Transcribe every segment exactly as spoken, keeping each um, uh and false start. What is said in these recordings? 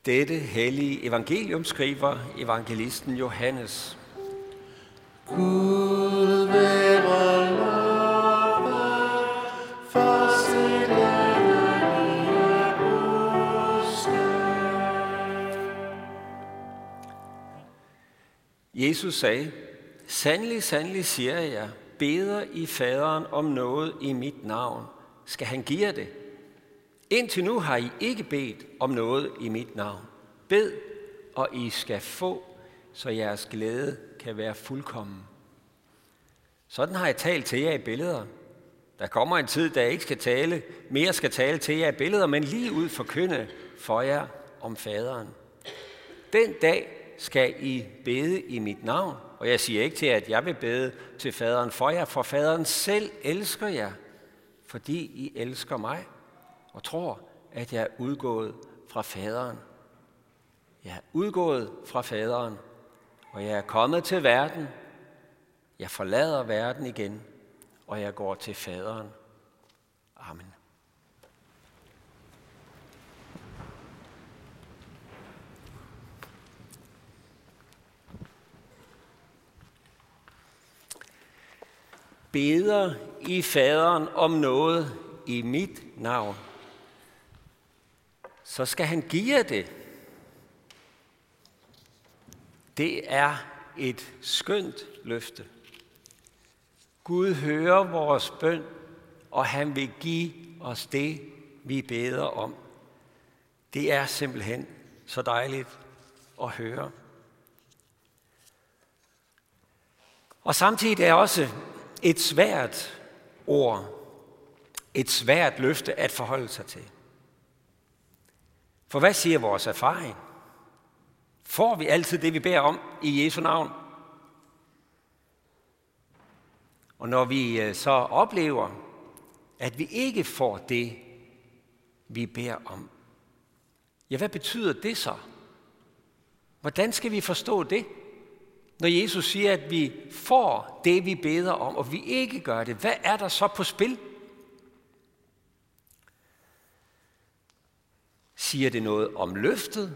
dette hellige evangelium, skriver evangelisten Johannes. Gud være lovet, første lærlige budskab. Jesus sagde, sandelig, sandelig siger jeg, beder I faderen om noget i mit navn, skal han give jer det. Indtil nu har I ikke bedt om noget i mit navn. Bed, og I skal få, så jeres glæde kan være fuldkommen. Sådan har jeg talt til jer i billeder. Der kommer en tid, da jeg ikke skal tale, mere skal tale til jer i billeder, men lige ud forkynde for jer om faderen. Den dag skal I bede i mit navn, og jeg siger ikke til jer, at jeg vil bede til faderen for jer, for faderen selv elsker jer, fordi I elsker mig og tror, at jeg er udgået fra faderen. Jeg er udgået fra faderen, og jeg er kommet til verden. Jeg forlader verden igen, og jeg går til faderen. Amen. Beder I faderen om noget i mit navn, så skal han give jer det. Det er et skønt løfte. Gud hører vores bøn, og han vil give os det, vi beder om. Det er simpelthen så dejligt at høre. Og samtidig er også et svært ord, et svært løfte at forholde sig til. For hvad siger vores erfaring? Får vi altid det, vi beder om i Jesu navn? Og når vi så oplever, at vi ikke får det, vi beder om, ja, hvad betyder det så? Hvordan skal vi forstå det? Når Jesus siger, at vi får det, vi beder om, og vi ikke gør det, hvad er der så på spil? Siger det noget om løftet?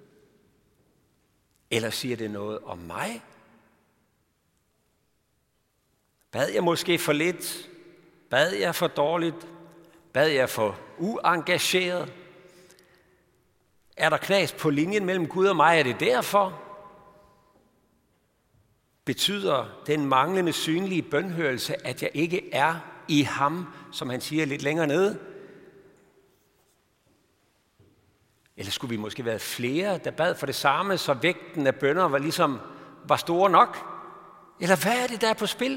Eller siger det noget om mig? Bad jeg måske for lidt? Bad jeg for dårligt? Bad jeg for uengageret? Er der knas på linjen mellem Gud og mig? Er det derfor? Betyder den manglende synlige bønhørelse, at jeg ikke er i ham, som han siger lidt længere nede? Eller skulle vi måske være flere, der bad for det samme, så vægten af bønner var ligesom var store nok? Eller hvad er det, der er på spil?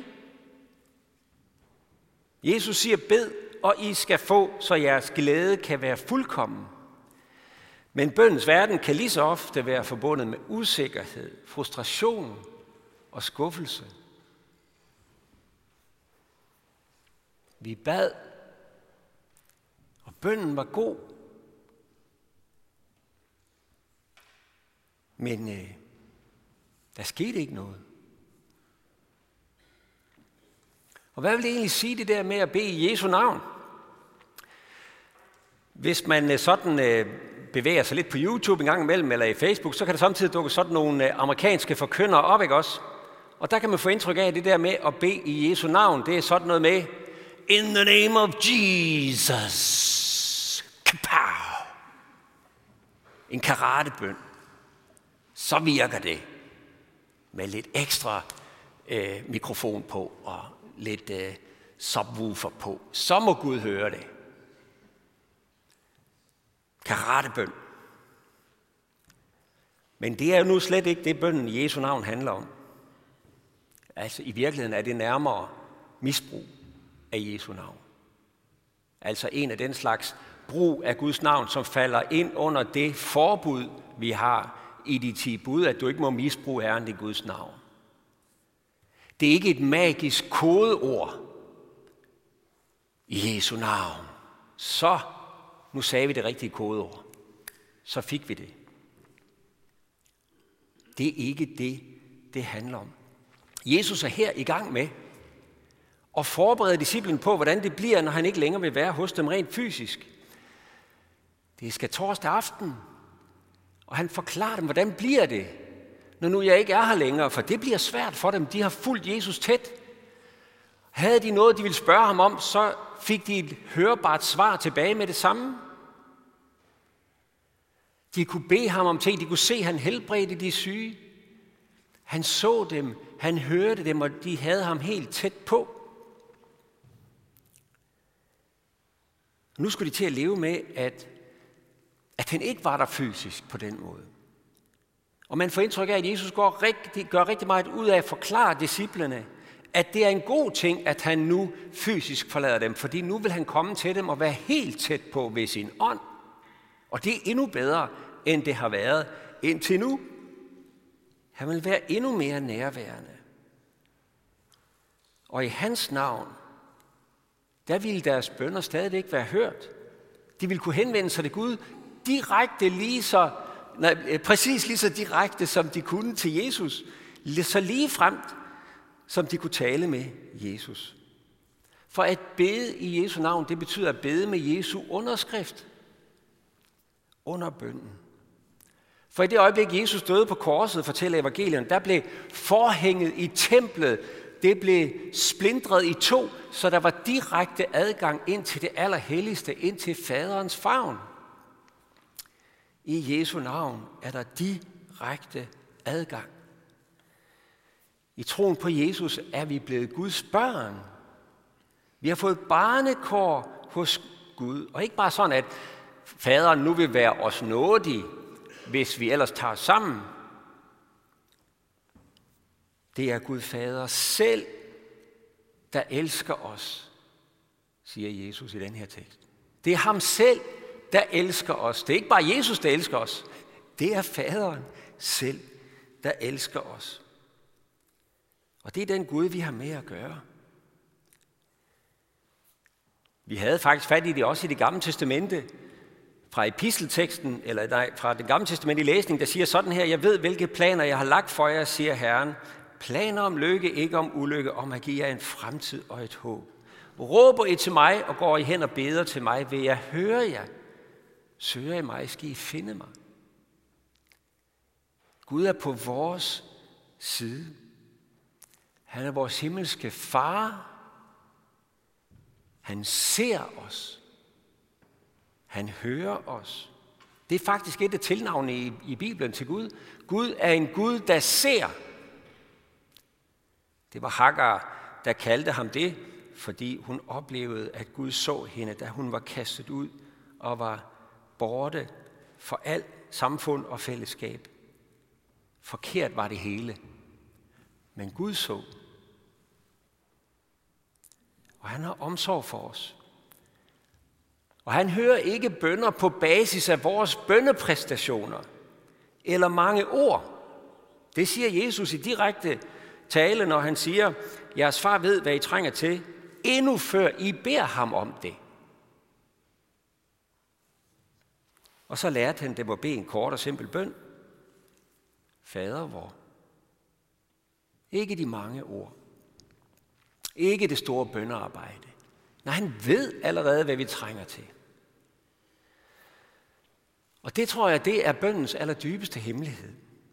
Jesus siger, bed, og I skal få, så jeres glæde kan være fuldkommen. Men bønnens verden kan lige så ofte være forbundet med usikkerhed, frustration og skuffelse. Vi bad, og bønnen var god. Men øh, der skete ikke noget. Og hvad vil det egentlig sige, det der med at bede i Jesu navn? Hvis man øh, sådan øh, bevæger sig lidt på YouTube en gang imellem, eller i Facebook, så kan der samtidig dukke sådan nogle øh, amerikanske forkyndere op, ikke også? Og der kan man få indtryk af, at det der med at bede i Jesu navn, det er sådan noget med, in the name of Jesus. Kapow! En karatebøn. Så virker det med lidt ekstra øh, mikrofon på og lidt øh, subwoofer på. Så må Gud høre det. Karatebøn. Men det er jo nu slet ikke det, bønnen i Jesu navn handler om. Altså i virkeligheden er det nærmere misbrug af Jesu navn. Altså en af den slags brug af Guds navn, som falder ind under det forbud, vi har i de ti bud, at du ikke må misbruge Herren i Guds navn. Det er ikke et magisk kodeord i Jesu navn. Så, nu sagde vi det rigtige kodeord. Så fik vi det. Det er ikke det, det handler om. Jesus er her i gang med at forberede disciplen på, hvordan det bliver, når han ikke længere vil være hos dem rent fysisk. Det skal torsdag aften, Og han forklarer dem, hvordan bliver det, når nu jeg ikke er her længere, for det bliver svært for dem. De har fulgt Jesus tæt. Havde de noget, de ville spørge ham om, så fik de et hørbart svar tilbage med det samme. De kunne bede ham om ting, de kunne se, at han helbredte de syge. Han så dem, han hørte dem, og de havde ham helt tæt på. Nu skulle de til at leve med, at, at han ikke var der fysisk på den måde. Og man får indtryk af, at Jesus går rigtig, gør rigtig meget ud af at forklare disciplene, at det er en god ting, at han nu fysisk forlader dem, fordi nu vil han komme til dem og være helt tæt på ved sin ånd. Og det er endnu bedre, end det har været indtil nu. Han vil være endnu mere nærværende. Og i hans navn, der ville deres bønner stadigvæk være hørt. De ville kunne henvende sig til Gud direkte lige så, nej, præcis lige så direkte, som de kunne til Jesus. Så lige fremt, som de kunne tale med Jesus. For at bede i Jesu navn, det betyder at bede med Jesu underskrift. Under bønnen. For i det øjeblik, Jesus døde på korset, fortæller evangelierne, der blev forhænget i templet, det blev splintret i to, så der var direkte adgang ind til det allerhelligste, ind til faderens favn. I Jesu navn er der direkte adgang. I troen på Jesus er vi blevet Guds børn. Vi har fået barnekår hos Gud, og ikke bare sådan, at faderen nu vil være os nådig, hvis vi ellers tager sammen. Det er Gud Fader selv, der elsker os, siger Jesus i den her tekst. Det er ham selv, der elsker os. Det er ikke bare Jesus, der elsker os. Det er Faderen selv, der elsker os. Og det er den Gud, vi har med at gøre. Vi havde faktisk fat i det også i det gamle testamente, fra epistelteksten, eller nej, fra det gamle testamente i læsning, der siger sådan her: Jeg ved, hvilke planer jeg har lagt for jer, siger Herren. Planer om lykke, ikke om ulykke, om at give jer en fremtid og et håb. Råber I til mig, og går I hen og beder til mig, vil jeg høre jer. Søger I mig, skal I finde mig. Gud er på vores side. Han er vores himmelske far. Han ser os. Han hører os. Det er faktisk et af tilnavnene i, i Bibelen til Gud. Gud er en Gud, der ser. Det var Hagar, der kaldte ham det, fordi hun oplevede, at Gud så hende, da hun var kastet ud og var borte for alt samfund og fællesskab. Forkert var det hele. Men Gud så. Og han har omsorg for os. Og han hører ikke bønner på basis af vores bønnepræstationer eller mange ord. Det siger Jesus i direkte tale, når han siger, jeres far ved, hvad I trænger til, endnu før I beder ham om det. Og så lærte han dem at bede en kort og simpel bøn. Fader vor. Ikke de mange ord. Ikke det store bønnearbejde. Nej, han ved allerede, hvad vi trænger til. Og det tror jeg, det er bønnens allerdybeste hemmelighed.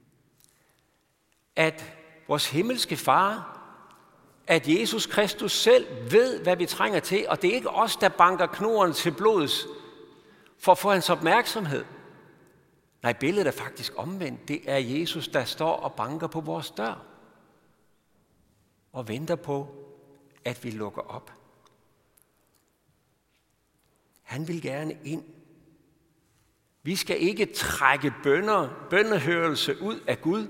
At vores himmelske far, at Jesus Kristus selv ved, hvad vi trænger til, og det er ikke os, der banker knoren til blods for at få hans opmærksomhed. Nej, billedet er faktisk omvendt. Det er Jesus, der står og banker på vores dør og venter på, at vi lukker op. Han vil gerne ind. Vi skal ikke trække bønner, bønnehørelse ud af Gud.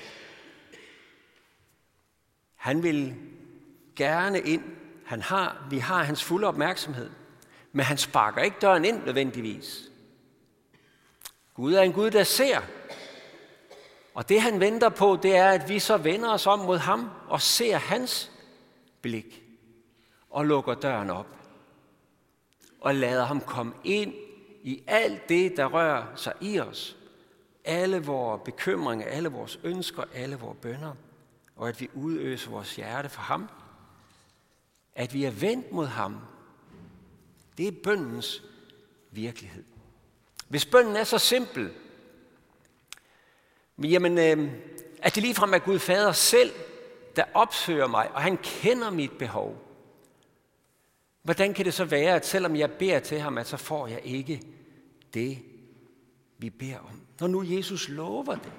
Han vil gerne ind. Han har, vi har hans fulde opmærksomhed. Men han sparker ikke døren ind nødvendigvis. Gud er en Gud, der ser. Og det han venter på, det er, at vi så vender os om mod ham og ser hans blik. Og lukker døren op. Og lader ham komme ind i alt det, der rører sig i os. Alle vores bekymringer, alle vores ønsker, alle vores bønner. Og at vi udøser vores hjerte for ham. At vi er vendt mod ham. Det er bønnens virkelighed. Hvis bønnen er så simpel, Jamen, øh, at det ligefrem er Gud Fader selv, der opsøger mig, og han kender mit behov. Hvordan kan det så være, at selvom jeg beder til ham, at så får jeg ikke det, vi beder om? Når nu Jesus lover det.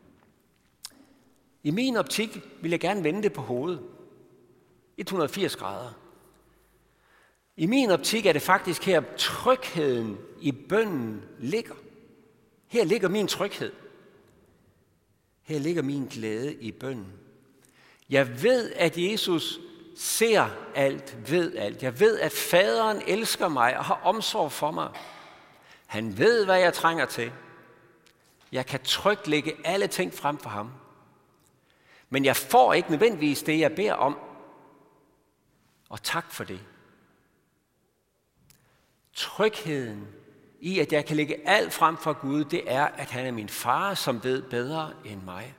I min optik vil jeg gerne vende det på hovedet. et hundrede og firs grader. I min optik er det faktisk her, trygheden i bønnen ligger. Her ligger min tryghed. Her ligger min glæde i bønnen. Jeg ved, at Jesus ser alt, ved alt. Jeg ved, at faderen elsker mig og har omsorg for mig. Han ved, hvad jeg trænger til. Jeg kan trygt lægge alle ting frem for ham. Men jeg får ikke nødvendigvis det, jeg beder om. Og tak for det. Trygheden i, at jeg kan lægge alt frem for Gud, det er, at han er min far, som ved bedre end mig.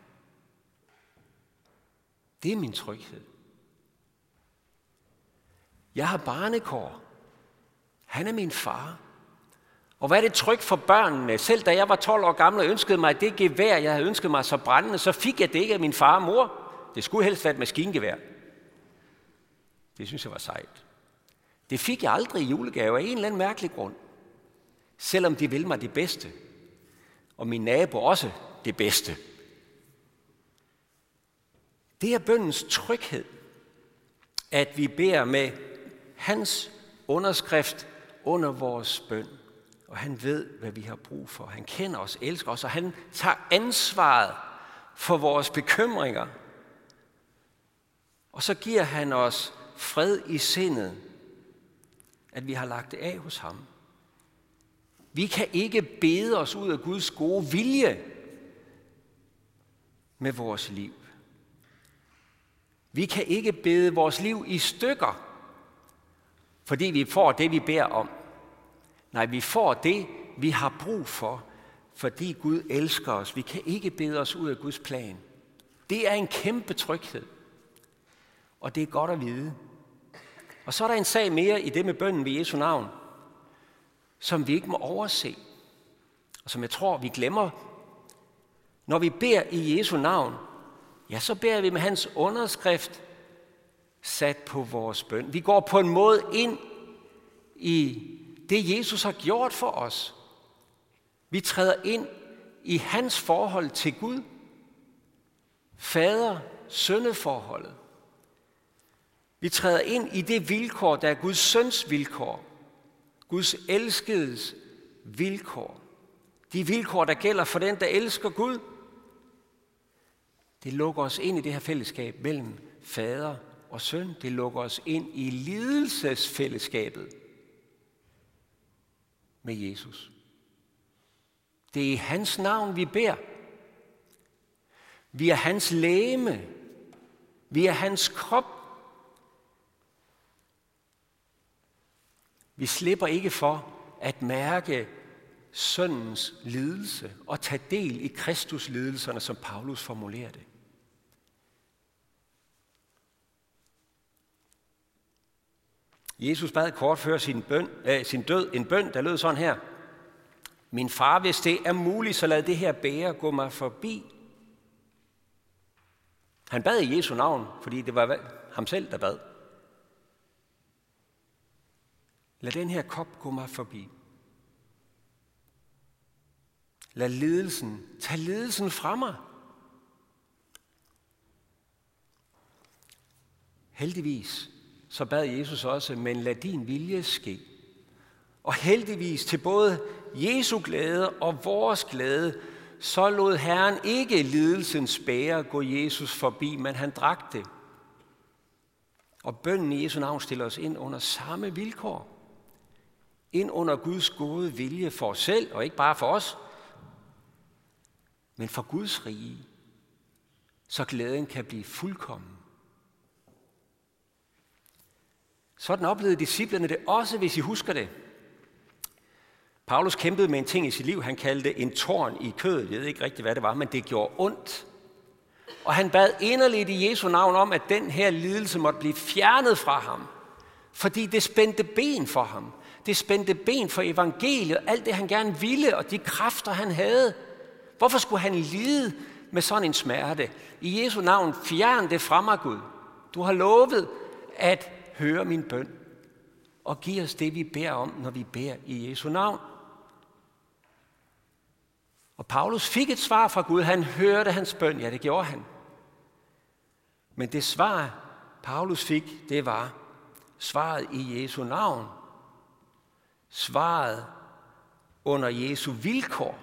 Det er min tryghed. Jeg har barnekår. Han er min far. Og hvad er det trygt for børnene? Selv da jeg var tolv år gammel og ønskede mig det gevær, jeg havde ønsket mig så brændende, så fik jeg det ikke af min far og mor. Det skulle helst være et maskingevær. Det synes jeg var sejt. Det fik jeg aldrig i julegave af en eller anden mærkelig grund. Selvom de ville mig det bedste. Og min nabo også det bedste. Det er bønnens tryghed, at vi beder med hans underskrift under vores bøn. Og han ved, hvad vi har brug for. Han kender os, elsker os, og han tager ansvaret for vores bekymringer. Og så giver han os fred i sindet, at vi har lagt det af hos ham. Vi kan ikke bede os ud af Guds gode vilje med vores liv. Vi kan ikke bede vores liv i stykker, fordi vi får det, vi beder om. Nej, vi får det, vi har brug for, fordi Gud elsker os. Vi kan ikke bede os ud af Guds plan. Det er en kæmpe tryghed, og det er godt at vide. Og så er der en sag mere i det med bønnen ved Jesu navn, som vi ikke må overse, og som jeg tror, vi glemmer. Når vi beder i Jesu navn, ja, så beder vi med hans underskrift sat på vores bøn. Vi går på en måde ind i det, Jesus har gjort for os. Vi træder ind i hans forhold til Gud. Fader-sønneforholdet. Vi træder ind i det vilkår, der er Guds søns vilkår. Guds elskedes vilkår. De vilkår, der gælder for den, der elsker Gud. Det lukker os ind i det her fællesskab mellem fader og søn. Det lukker os ind i lidelsesfællesskabet med Jesus. Det er i hans navn, vi beder. Vi er hans legeme. Vi er hans krop. Vi slipper ikke for at mærke søndens lidelse og tage del i Kristus lidelserne, som Paulus formulerer det. Jesus bad kort før sin, bøn, øh, sin død en bøn, der lød sådan her. Min far, hvis det er muligt, så lad det her bære gå mig forbi. Han bad i Jesu navn, fordi det var ham selv, der bad. Lad den her kop gå mig forbi. Lad lidelsen, tag lidelsen fra mig. Heldigvis, så bad Jesus også, men lad din vilje ske. Og heldigvis til både Jesu glæde og vores glæde, så lod Herren ikke lidelsens bære gå Jesus forbi, men han drak det. Og bønnen i Jesu navn stiller os ind under samme vilkår. Ind under Guds gode vilje for os selv, og ikke bare for os, men for Guds rige, så glæden kan blive fuldkommen. Sådan oplevede disciplene det også, hvis I husker det. Paulus kæmpede med en ting i sit liv, han kaldte en torn i kødet. Jeg ved ikke rigtig, hvad det var, men det gjorde ondt. Og han bad inderligt i Jesu navn om, at den her lidelse måtte blive fjernet fra ham. Fordi det spændte ben for ham. Det spændte ben for evangeliet, alt det han gerne ville, og de kræfter han havde, Hvorfor skulle han lide med sådan en smerte? I Jesu navn, fjern det fra mig, Gud. Du har lovet at høre min bøn og give os det, vi beder om, når vi beder i Jesu navn. Og Paulus fik et svar fra Gud. Han hørte hans bøn. Ja, det gjorde han. Men det svar, Paulus fik, det var svaret i Jesu navn. Svaret under Jesu vilkår.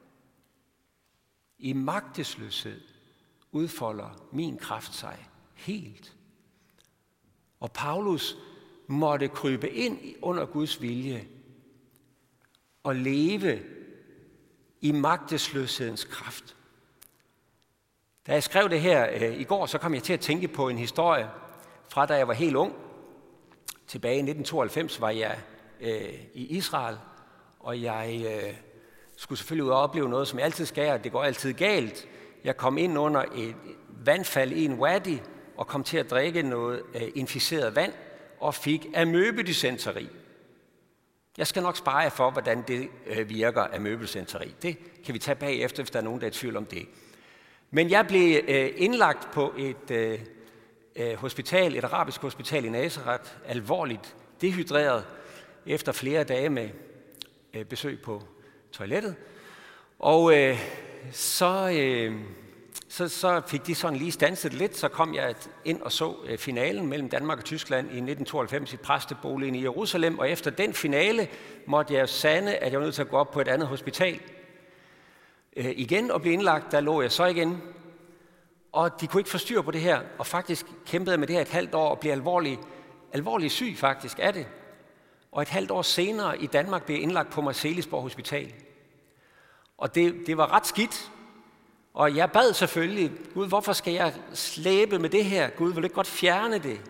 I magtesløshed udfolder min kraft sig helt. Og Paulus måtte krybe ind under Guds vilje og leve i magtesløshedens kraft. Da jeg skrev det her øh, i går, så kom jeg til at tænke på en historie fra da jeg var helt ung. Tilbage i nitten tooghalvfems var jeg øh, i Israel, og jeg øh, skulle selvfølgelig ud og opleve noget, som jeg altid skal, og det går altid galt. Jeg kom ind under et vandfald i en wadi, og kom til at drikke noget øh, inficeret vand, og fik amøbedysenteri. Jeg skal nok spare jer for, hvordan det øh, virker, amøbedysenteri. Det kan vi tage bagefter, hvis der er nogen, der er i tvivl om det. Men jeg blev øh, indlagt på et øh, øh, hospital, et arabisk hospital i Nazareth, alvorligt dehydreret, efter flere dage med øh, besøg på toilettet. Og øh, så, øh, så, så fik de sådan lige standset lidt, så kom jeg ind og så øh, finalen mellem Danmark og Tyskland i nitten tooghalvfems i præsteboligen i Jerusalem, og efter den finale måtte jeg sande, at jeg var nødt til at gå op på et andet hospital. Øh, igen og blive indlagt, der lå jeg så igen, og de kunne ikke få styr på det her, og faktisk kæmpede jeg med det her et halvt år og blev alvorlig, alvorlig syg faktisk af det. Og et halvt år senere i Danmark blev jeg indlagt på Marselisborg Hospital. Og det, det var ret skidt, og jeg bad selvfølgelig, Gud, hvorfor skal jeg slæbe med det her? Gud, vil du ikke godt fjerne det?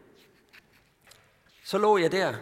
Så lå jeg der,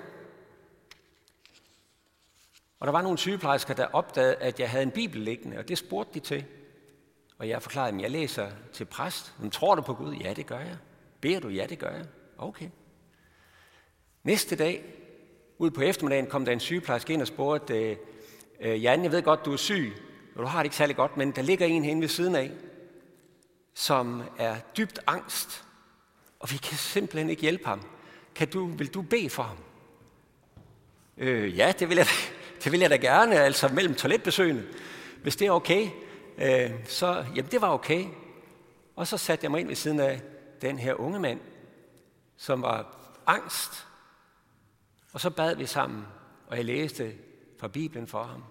og der var nogle sygeplejersker, der opdagede, at jeg havde en bibel liggende, og det spurgte de til. Og jeg forklarede dem, jeg læser til præst. Men tror du på Gud? Ja, det gør jeg. Beder du? Ja, det gør jeg. Okay. Næste dag, ude på eftermiddagen, kom der en sygeplejerske ind og spurgte, Jan, jeg ved godt, du er syg, og du har det ikke særlig godt, men der ligger en henne ved siden af, som er dybt angst, og vi kan simpelthen ikke hjælpe ham. Kan du, vil du bede for ham? Øh, ja, det vil, jeg, det vil jeg da gerne, altså mellem toiletbesøgene. Hvis det er okay, øh, så jamen det var okay. Og så satte jeg mig ind ved siden af den her unge mand, som var angst. Og så bad vi sammen, og jeg læste fra Bibelen for ham.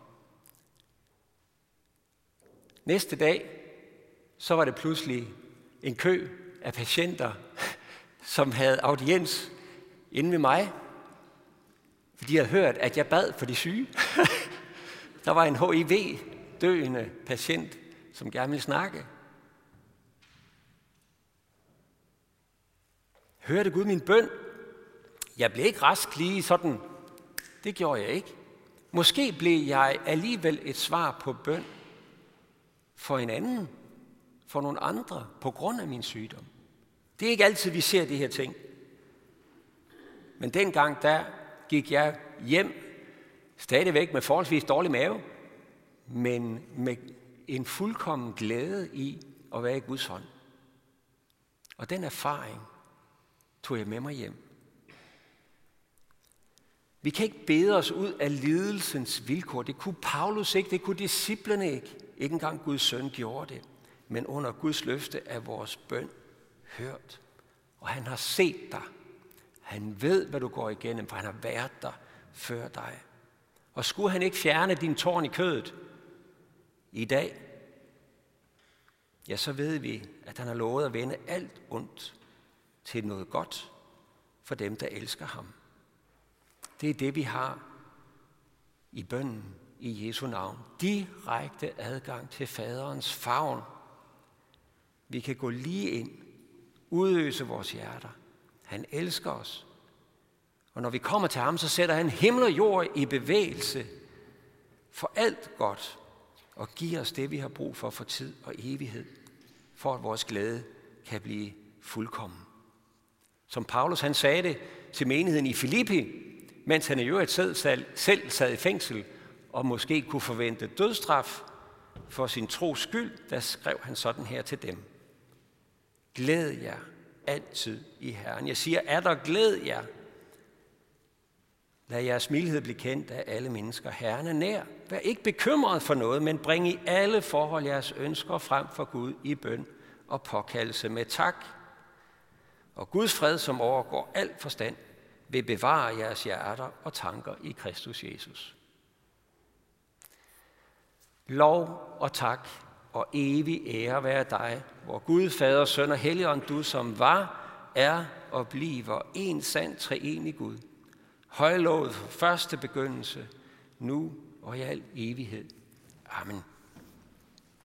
Næste dag, så var det pludselig en kø af patienter, som havde audiens inde ved mig. De havde hørt, at jeg bad for de syge. Der var en H I V-døende patient, som gerne ville snakke. Hørte Gud min bøn? Jeg blev ikke rask lige sådan. Det gjorde jeg ikke. Måske blev jeg alligevel et svar på bøn for en anden, for nogle andre, på grund af min sygdom. Det er ikke altid, vi ser de her ting. Men dengang, der gik jeg hjem, stadigvæk med forholdsvis dårlig mave, men med en fuldkommen glæde i at være i Guds hånd. Og den erfaring tog jeg med mig hjem. Vi kan ikke bede os ud af lidelsens vilkår. Det kunne Paulus ikke, det kunne disciplene ikke. Ikke engang Guds søn gjorde det. Men under Guds løfte er vores bøn hørt. Og han har set dig. Han ved, hvad du går igennem, for han har været der før dig. Og skulle han ikke fjerne din tårn i kødet i dag, ja, så ved vi, at han har lovet at vende alt ondt til noget godt for dem, der elsker ham. Det er det, vi har i bønnen i Jesu navn. Direkte adgang til faderens favn. Vi kan gå lige ind, udøse vores hjerter. Han elsker os. Og når vi kommer til ham, så sætter han himmel og jord i bevægelse for alt godt og giver os det, vi har brug for for tid og evighed, for at vores glæde kan blive fuldkommen. Som Paulus han sagde det til menigheden i Filippi, mens han i øvrigt selv, selv sad i fængsel og måske kunne forvente dødsstraf for sin tros skyld, der skrev han sådan her til dem. Glæd jer altid i Herren. Jeg siger, er der glæd jer. Lad jeres mildhed blive kendt af alle mennesker. Herren er nær. Vær ikke bekymret for noget, men bring i alle forhold jeres ønsker frem for Gud i bøn og påkaldelse med tak. Og Guds fred, som overgår al forstand, vil bevare jeres hjerter og tanker i Kristus Jesus. Lov og tak og evig ære være dig, hvor Gud, Fader, Søn og Helligånd, du som var, er og bliver en sand treenig Gud. Højlovet fra første begyndelse, nu og i al evighed. Amen.